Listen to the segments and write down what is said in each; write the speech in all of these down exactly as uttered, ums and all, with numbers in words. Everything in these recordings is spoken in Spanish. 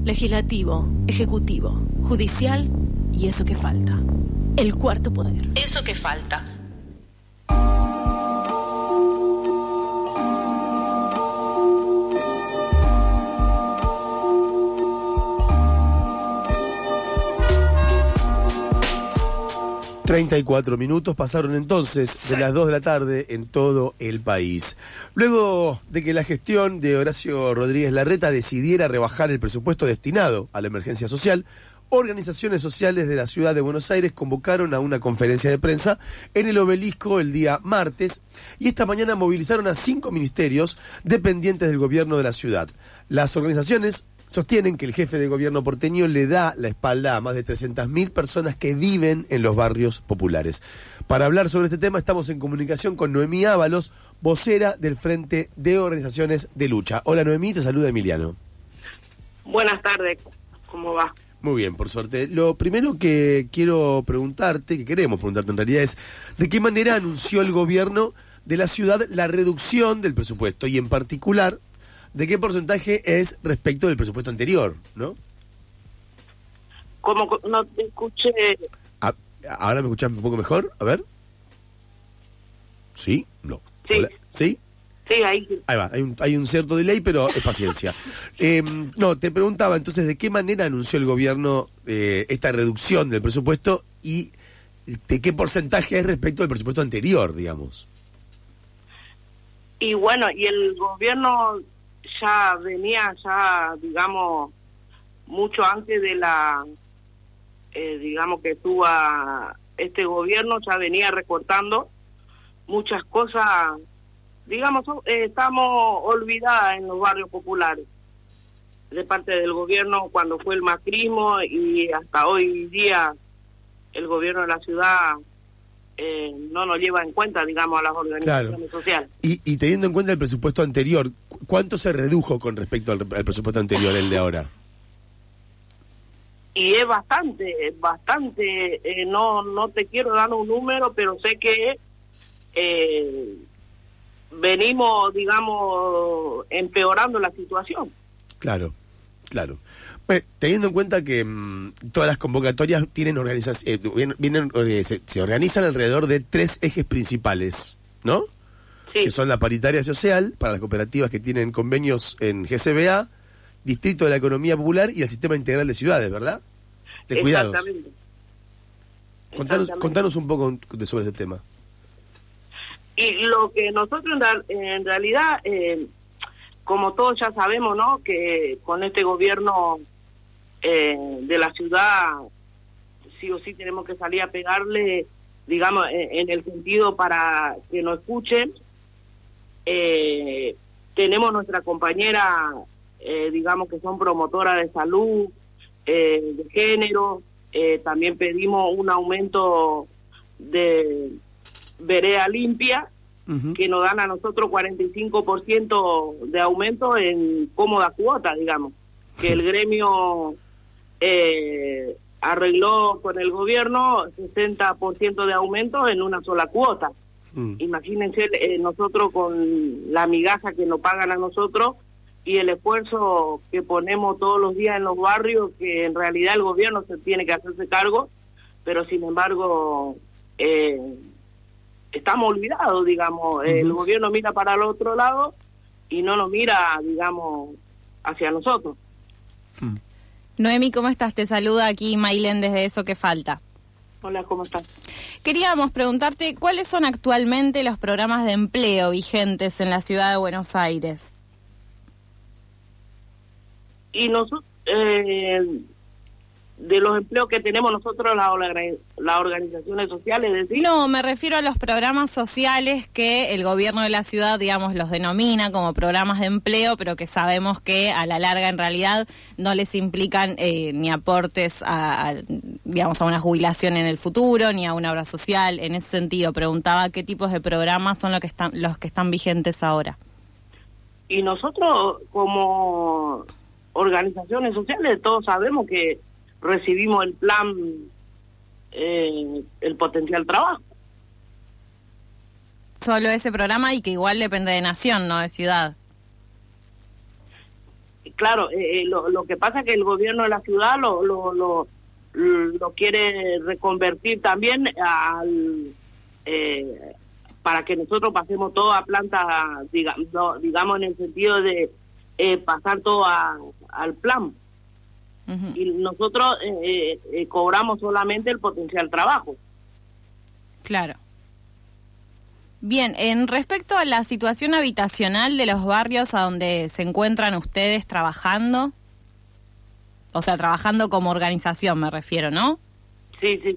legislativo, ejecutivo, judicial y eso que falta. El cuarto poder. Eso que falta. treinta y cuatro minutos pasaron entonces de las dos de la tarde en todo el país. Luego de que la gestión de Horacio Rodríguez Larreta decidiera rebajar el presupuesto destinado a la emergencia social, organizaciones sociales de la ciudad de Buenos Aires convocaron a una conferencia de prensa en el Obelisco el día martes y esta mañana movilizaron a cinco ministerios dependientes del gobierno de la ciudad. Las organizaciones sostienen que el jefe de gobierno porteño le da la espalda a más de trescientas mil personas que viven en los barrios populares. Para hablar sobre este tema estamos en comunicación con Noemí Ábalos, vocera del Frente de Organizaciones de Lucha. Hola Noemí, te saluda Emiliano. Buenas tardes, ¿cómo va? Muy bien, por suerte. Lo primero que quiero preguntarte, que queremos preguntarte en realidad es, ¿de qué manera anunció el gobierno de la ciudad la reducción del presupuesto y en particular de qué porcentaje es respecto del presupuesto anterior, ¿no? Como no te escuché. Ah, ¿ahora me escuchás un poco mejor? A ver. ¿Sí? No. Sí. ¿Hola? ¿Sí? Sí, ahí. Ahí va, hay un, hay un cierto delay, pero es paciencia. eh, no, te preguntaba entonces, ¿de qué manera anunció el gobierno eh, esta reducción del presupuesto y de qué porcentaje es respecto del presupuesto anterior, digamos? Y bueno, y el gobierno ya venía, ya digamos, mucho antes de la, eh, digamos que tuvo este gobierno, ya venía recortando muchas cosas, digamos, eh, estamos olvidadas en los barrios populares, de parte del gobierno cuando fue el macrismo y hasta hoy día el gobierno de la ciudad eh, no nos lleva en cuenta, digamos, a las organizaciones claro. sociales. Y, y teniendo en cuenta el presupuesto anterior, ¿cuánto se redujo con respecto al, al presupuesto anterior, el de ahora? Y es bastante, es bastante, eh, no no te quiero dar un número, pero sé que eh, venimos, digamos, empeorando la situación. Claro, claro. Bueno, teniendo en cuenta que mmm, todas las convocatorias tienen organización, eh, vienen, vienen eh, se, se organizan alrededor de tres ejes principales, ¿no? Sí. Que son la paritaria social, para las cooperativas que tienen convenios en G C B A, Distrito de la Economía Popular y el Sistema Integral de Ciudades, ¿verdad? De cuidados. Exactamente. Contanos, Exactamente. contanos un poco de sobre este tema. Y lo que nosotros en, en realidad, eh, como todos ya sabemos, ¿no? Que con este gobierno eh, de la ciudad, sí o sí tenemos que salir a pegarle, digamos, en, en el sentido para que nos escuchen. Eh, tenemos nuestra compañera, eh, digamos que son promotoras de salud, eh, de género, eh, también pedimos un aumento de vereda limpia, uh-huh. que nos dan a nosotros cuarenta y cinco por ciento de aumento en cómoda cuota, digamos, que el gremio eh, arregló con el gobierno sesenta por ciento de aumento en una sola cuota. Mm. Imagínense eh, nosotros con la migaja que nos pagan a nosotros y el esfuerzo que ponemos todos los días en los barrios, que en realidad el gobierno se tiene que hacerse cargo, pero sin embargo eh, estamos olvidados, digamos. Uh-huh. El gobierno mira para el otro lado y no nos mira, digamos, hacia nosotros. Hmm. Noemí, ¿cómo estás? Te saluda aquí Maylen desde Eso que Falta. Hola, ¿cómo estás? Queríamos preguntarte, ¿cuáles son actualmente los programas de empleo vigentes en la ciudad de Buenos Aires? Y nosotros, eh, de los empleos que tenemos nosotros, las la organizaciones sociales, ¿decís? No, me refiero a los programas sociales que el gobierno de la ciudad, digamos, los denomina como programas de empleo, pero que sabemos que a la larga en realidad no les implican eh, ni aportes a, a, digamos, a una jubilación en el futuro, ni a una obra social. En ese sentido, preguntaba qué tipos de programas son los que están, los que están vigentes ahora. Y nosotros, como organizaciones sociales, todos sabemos que recibimos el plan, eh, el potencial trabajo. Solo ese programa y que igual depende de nación, no de ciudad. claro, eh, lo, lo que pasa es que el gobierno de la ciudad lo lo, lo, lo quiere reconvertir también al eh, para que nosotros pasemos todo a planta, diga, no, digamos en el sentido de eh, pasar todo a, al plan. Uh-huh. Y nosotros eh, eh, cobramos solamente el potencial trabajo. Claro. Bien, en respecto a la situación habitacional de los barrios a donde se encuentran ustedes trabajando, o sea, trabajando como organización me refiero, ¿no? Sí, sí.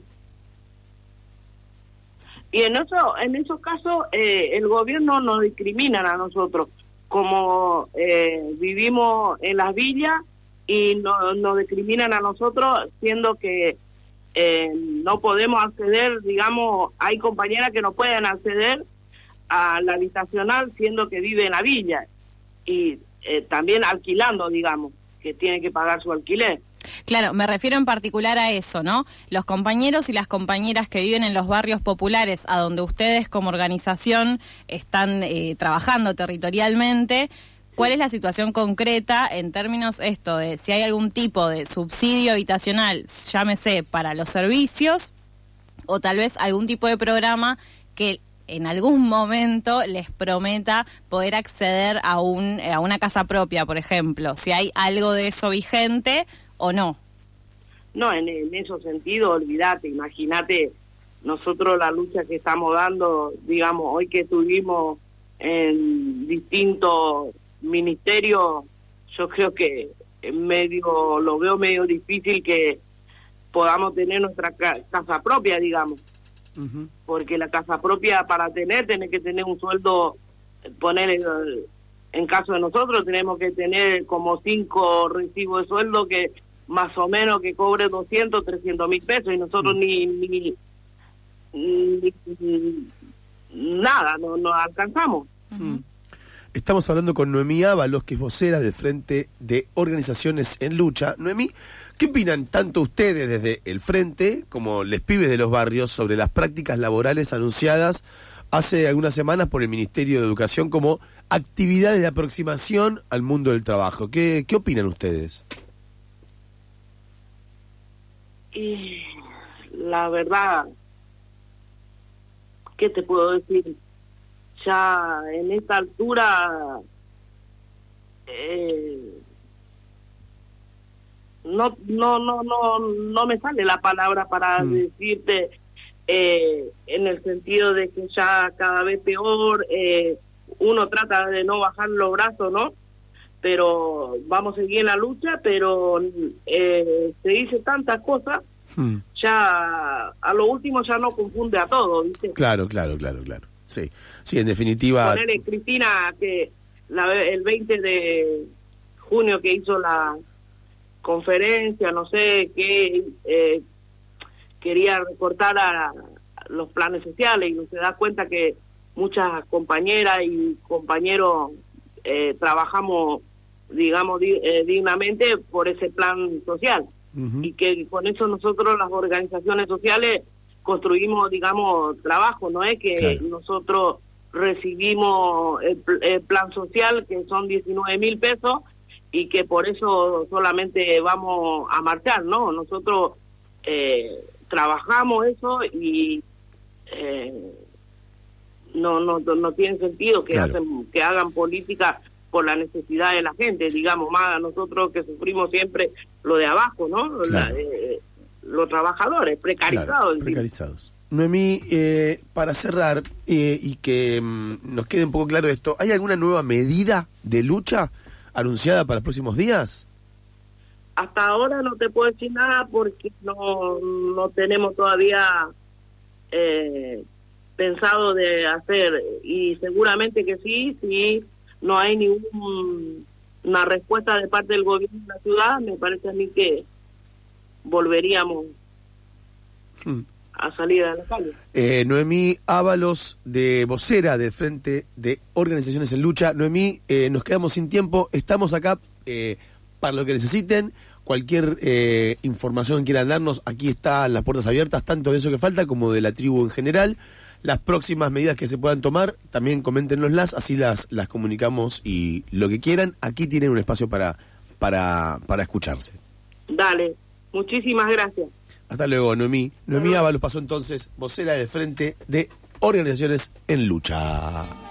Y en eso, en esos casos eh, el gobierno nos discrimina a nosotros, como eh, vivimos en las villas y no, nos discriminan a nosotros, siendo que eh, no podemos acceder, digamos, hay compañeras que no pueden acceder a la habitacional siendo que vive en la villa y eh, también alquilando, digamos, que tiene que pagar su alquiler. Claro, me refiero en particular a eso, ¿no? Los compañeros y las compañeras que viven en los barrios populares, a donde ustedes como organización están eh, trabajando territorialmente, ¿cuál es la situación concreta en términos esto de si hay algún tipo de subsidio habitacional, llámese para los servicios, o tal vez algún tipo de programa que en algún momento les prometa poder acceder a un a una casa propia, por ejemplo? Si hay algo de eso vigente o no. No, en, en esos sentidos, olvídate, imagínate, nosotros la lucha que estamos dando, digamos, hoy que estuvimos en distintos ministerios, yo creo que medio lo veo medio difícil que podamos tener nuestra ca- casa propia, digamos. Uh-huh. Porque la casa propia para tener, tenés que tener un sueldo, poner en, en caso de nosotros, tenemos que tener como cinco recibos de sueldo que más o menos que cobre doscientos, trescientos mil pesos y nosotros uh-huh. ni, ni, ni, ni nada, no, no alcanzamos. Uh-huh. Estamos hablando con Noemí Ábalos, que es vocera del Frente de Organizaciones en Lucha. Noemí, ¿qué opinan tanto ustedes desde el Frente como les pibes de los barrios sobre las prácticas laborales anunciadas hace algunas semanas por el Ministerio de Educación como actividades de aproximación al mundo del trabajo? ¿Qué, qué opinan ustedes? Y la verdad, ¿qué te puedo decir? Ya en esta altura eh, no no no no no me sale la palabra para mm. decirte eh, en el sentido de que ya cada vez peor, eh, uno trata de no bajar los brazos, ¿no? Pero vamos a seguir en la lucha, pero eh, se dice tantas cosas, mm. ya a lo último ya no confunde a todo, ¿viste? Claro, claro, claro, claro. Sí, sí, en definitiva... Ponerle Cristina, que la, el veinte de junio que hizo la conferencia, no sé, que eh, quería recortar a, a los planes sociales y no se da cuenta que muchas compañeras y compañeros eh, trabajamos, digamos, di, eh, dignamente por ese plan social. Uh-huh. Y que con eso nosotros, las organizaciones sociales, construimos, digamos, trabajo, no es que claro. nosotros recibimos el, el plan social, que son diecinueve mil pesos, y que por eso solamente vamos a marchar, ¿no? Nosotros eh, trabajamos eso y eh, no, no no tiene sentido que, claro. hacen, que hagan política por la necesidad de la gente, digamos, más nosotros que sufrimos siempre lo de abajo, ¿no? Claro. La, eh, los trabajadores precarizados. Claro, precarizados. Noemí, eh, para cerrar eh, y que mm, nos quede un poco claro esto, ¿hay alguna nueva medida de lucha anunciada para los próximos días? Hasta ahora no te puedo decir nada porque no, no tenemos todavía eh, pensado de hacer, y seguramente que sí, si no hay ninguna respuesta de parte del gobierno de la ciudad, me parece a mí que volveríamos hmm. a salir a la calle. Eh, Noemí Ábalos, de vocera del Frente de Organizaciones en Lucha. Noemí, eh, nos quedamos sin tiempo, estamos acá eh, para lo que necesiten, cualquier eh, información que quieran darnos, aquí están las puertas abiertas, tanto de eso que falta como de la tribu en general. Las próximas medidas que se puedan tomar, también coméntenoslas, así las, las comunicamos, y lo que quieran, aquí tienen un espacio para, para, para escucharse. Dale, muchísimas gracias. Hasta luego, Noemí. Noemí Ábalos pasó entonces vocera del Frente de Organizaciones en Lucha.